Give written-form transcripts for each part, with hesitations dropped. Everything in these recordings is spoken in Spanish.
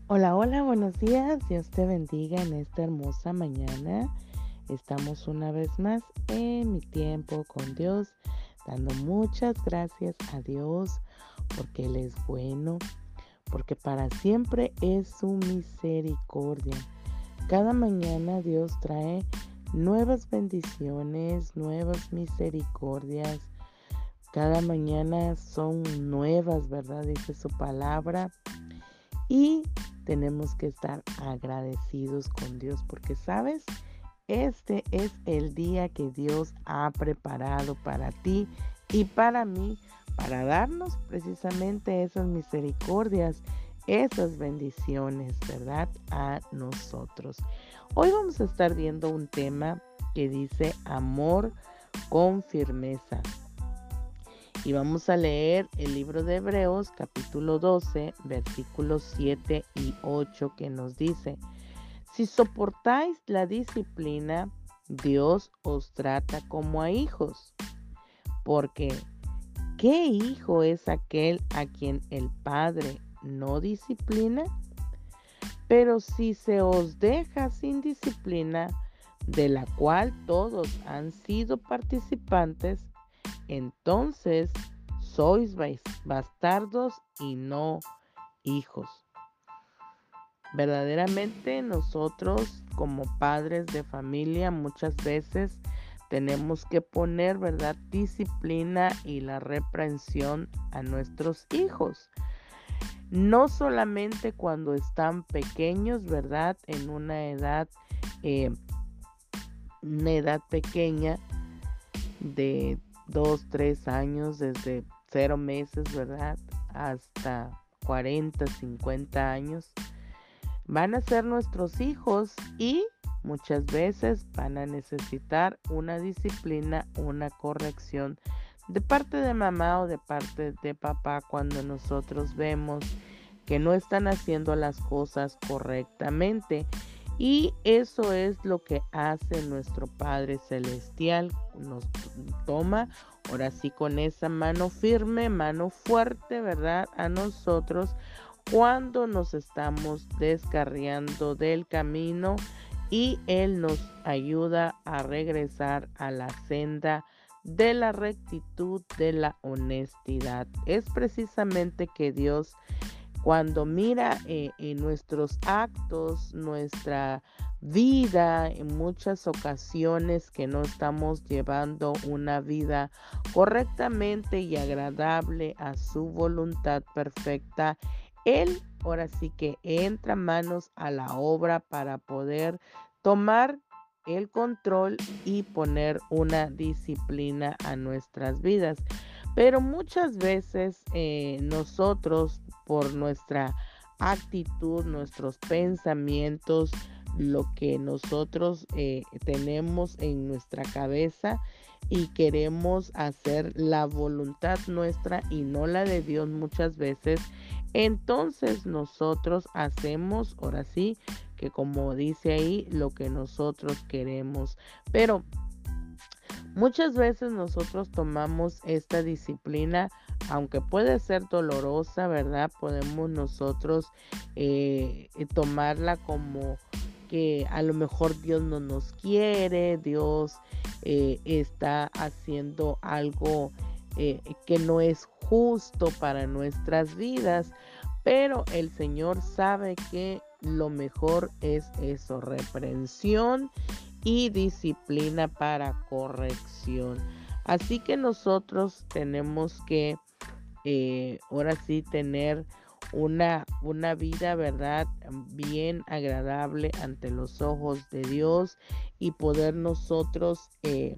Hola, hola, buenos días. Dios te bendiga en esta hermosa mañana. Estamos una vez más en mi tiempo con Dios, dando muchas gracias a Dios porque Él es bueno, porque para siempre es su misericordia. Cada mañana Dios trae nuevas bendiciones, nuevas misericordias. Cada mañana son nuevas, ¿verdad? Dice su palabra. Y tenemos que estar agradecidos con Dios porque, ¿sabes? Este es el día que Dios ha preparado para ti y para mí, para darnos precisamente esas misericordias, esas bendiciones, ¿verdad? A nosotros. Hoy vamos a estar viendo un tema que dice amor con firmeza. Y vamos a leer el libro de Hebreos capítulo 12, versículos 7 y 8 que nos dice: si soportáis la disciplina, Dios os trata como a hijos. Porque, ¿qué hijo es aquel a quien el Padre no disciplina? Pero si se os deja sin disciplina, de la cual todos han sido participantes, entonces sois bastardos y no hijos. Verdaderamente nosotros como padres de familia muchas veces tenemos que poner, ¿verdad?, disciplina y la reprensión a nuestros hijos. No solamente cuando están pequeños, ¿verdad?, en eh, una edad pequeña de 2, 3 años, desde 0 meses, ¿verdad?, hasta 40, 50 años. Van a ser nuestros hijos y muchas veces van a necesitar una disciplina, una corrección de parte de mamá o de parte de papá cuando nosotros vemos que no están haciendo las cosas correctamente. Y eso es lo que hace nuestro Padre Celestial. Nos toma ahora sí con esa mano firme, mano fuerte, ¿verdad?, a nosotros cuando nos estamos descarriando del camino, y Él nos ayuda a regresar a la senda de la rectitud, de la honestidad. Es precisamente que Dios, cuando mira en nuestros actos, nuestra vida, en muchas ocasiones que no estamos llevando una vida correctamente y agradable a su voluntad perfecta, Él ahora sí que entra manos a la obra para poder tomar el control y poner una disciplina a nuestras vidas. Pero muchas veces nosotros, por nuestra actitud, nuestros pensamientos, lo que nosotros tenemos en nuestra cabeza, y queremos hacer la voluntad nuestra y no la de Dios muchas veces, entonces nosotros hacemos, ahora sí, que como dice ahí, lo que nosotros queremos. Pero muchas veces nosotros tomamos esta disciplina, aunque puede ser dolorosa, ¿verdad? Podemos nosotros tomarla como que a lo mejor Dios no nos quiere, Dios está haciendo algo que no es justo para nuestras vidas, pero el Señor sabe que lo mejor es eso, reprensión y disciplina para corrección. Así que nosotros tenemos que ahora sí tener una vida, ¿verdad?, bien agradable ante los ojos de Dios, y poder nosotros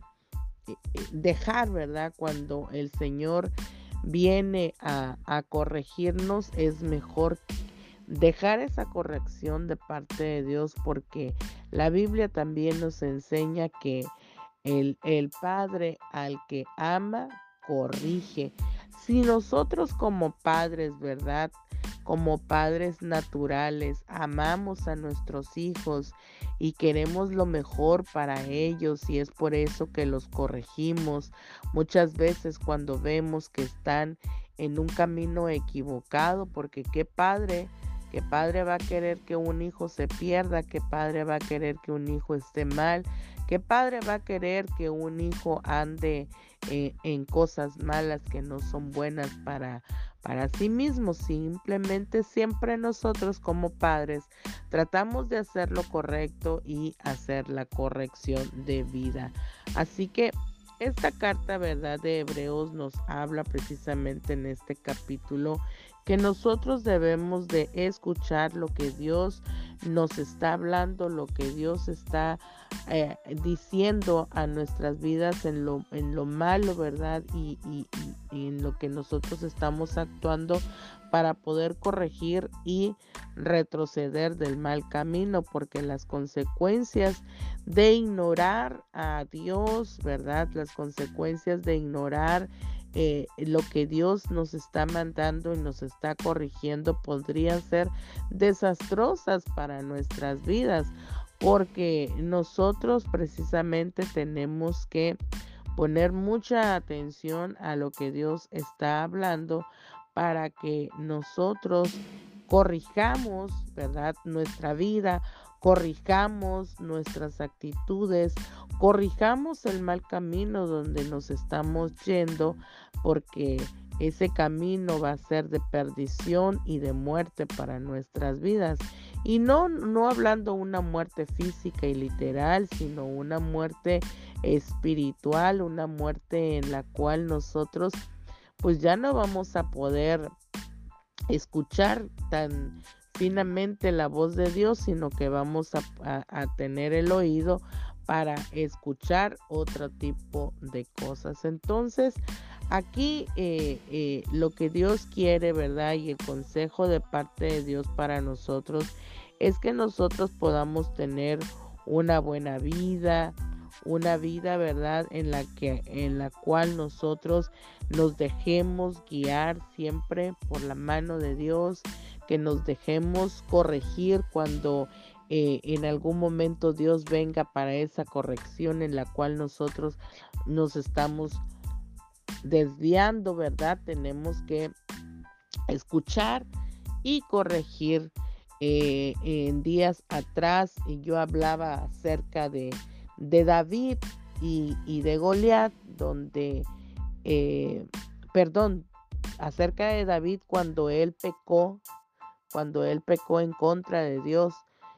dejar, ¿verdad?, cuando el Señor viene a corregirnos, es mejor dejar esa corrección de parte de Dios, porque la Biblia también nos enseña que el Padre al que ama, corrige. Si nosotros como padres, ¿verdad?, como padres naturales, amamos a nuestros hijos y queremos lo mejor para ellos, y es por eso que los corregimos muchas veces cuando vemos que están en un camino equivocado, porque qué padre ¿Qué padre va a querer que un hijo se pierda? ¿Qué padre va a querer que un hijo esté mal? ¿Qué padre va a querer que un hijo ande en cosas malas que no son buenas para sí mismo? Simplemente siempre nosotros como padres tratamos de hacer lo correcto y hacer la corrección de vida. Así que esta carta, ¿verdad?, de Hebreos nos habla precisamente en este capítulo que nosotros debemos de escuchar lo que Dios nos está hablando, lo que Dios está diciendo a nuestras vidas en lo malo, ¿verdad? Y en lo que nosotros estamos actuando para poder corregir y retroceder del mal camino, porque las consecuencias de ignorar a Dios, ¿verdad? Las consecuencias de ignorar lo que Dios nos está mandando y nos está corrigiendo podrían ser desastrosas para nuestras vidas, porque nosotros precisamente tenemos que poner mucha atención a lo que Dios está hablando para que nosotros corrijamos, ¿verdad?, nuestra vida, corrijamos nuestras actitudes, corrijamos el mal camino donde nos estamos yendo, porque ese camino va a ser de perdición y de muerte para nuestras vidas. Y no hablando una muerte física y literal, sino una muerte espiritual, una muerte en la cual nosotros pues ya no vamos a poder escuchar tan finamente la voz de Dios, sino que vamos a tener el oído para escuchar otro tipo de cosas. Entonces, aquí lo que Dios quiere, ¿verdad? Y el consejo de parte de Dios para nosotros es que nosotros podamos tener una buena vida, ¿verdad?, en la cual nosotros nos dejemos guiar siempre por la mano de Dios, que nos dejemos corregir cuando en algún momento Dios venga para esa corrección en la cual nosotros nos estamos desviando, ¿verdad? Tenemos que escuchar y corregir. En días atrás yo hablaba acerca de David y de Goliat, donde, acerca de David cuando él pecó en contra de Dios,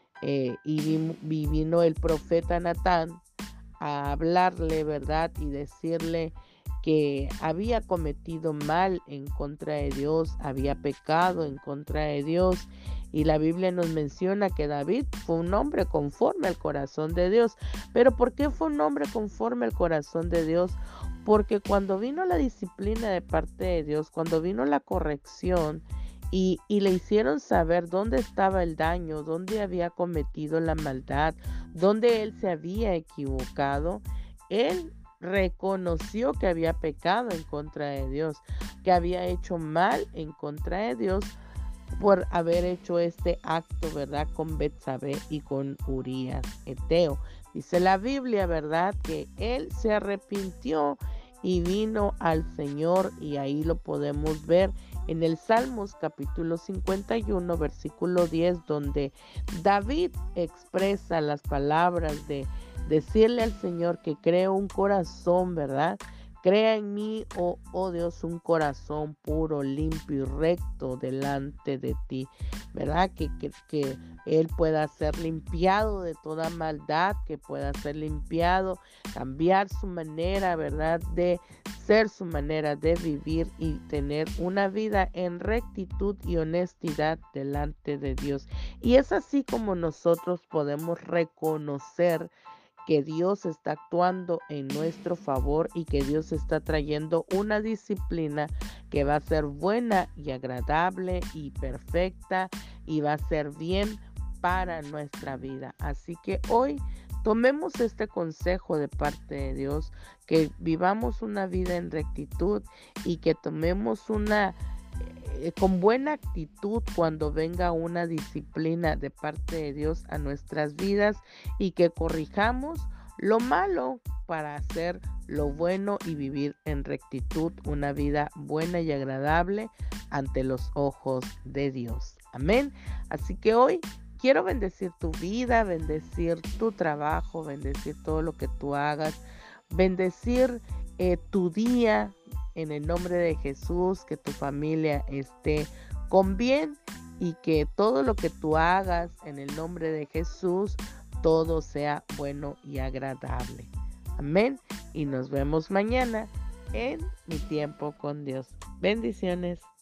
y vino el profeta Natán a hablarle, ¿verdad?, y decirle que había cometido mal en contra de Dios, había pecado en contra de Dios. Y la Biblia nos menciona que David fue un hombre conforme al corazón de Dios. ¿Pero por qué fue un hombre conforme al corazón de Dios? Porque cuando vino la disciplina de parte de Dios, cuando vino la corrección y le hicieron saber dónde estaba el daño, dónde había cometido la maldad, dónde él se había equivocado, él reconoció que había pecado en contra de Dios, que había hecho mal en contra de Dios por haber hecho este acto, ¿verdad?, con Betsabé y con Urías Eteo. Dice la Biblia, ¿verdad?, que él se arrepintió y vino al Señor, y ahí lo podemos ver en el Salmos capítulo 51, versículo 10, donde David expresa las palabras de decirle al Señor que creo un corazón, ¿verdad? Crea en mí, oh Dios, un corazón puro, limpio y recto delante de ti, ¿verdad? Que Él pueda ser limpiado de toda maldad, que pueda ser limpiado, cambiar su manera, ¿verdad?, de ser, su manera de vivir y tener una vida en rectitud y honestidad delante de Dios. Y es así como nosotros podemos reconocer que Dios está actuando en nuestro favor y que Dios está trayendo una disciplina que va a ser buena y agradable y perfecta y va a ser bien para nuestra vida. Así que hoy tomemos este consejo de parte de Dios, que vivamos una vida en rectitud y que tomemos con buena actitud cuando venga una disciplina de parte de Dios a nuestras vidas, y que corrijamos lo malo para hacer lo bueno y vivir en rectitud una vida buena y agradable ante los ojos de Dios. Amén. Así que hoy quiero bendecir tu vida, bendecir tu trabajo, bendecir todo lo que tú hagas, bendecir tu día en el nombre de Jesús, que tu familia esté con bien y que todo lo que tú hagas en el nombre de Jesús, todo sea bueno y agradable. Amén. Y nos vemos mañana en Mi Tiempo con Dios. Bendiciones.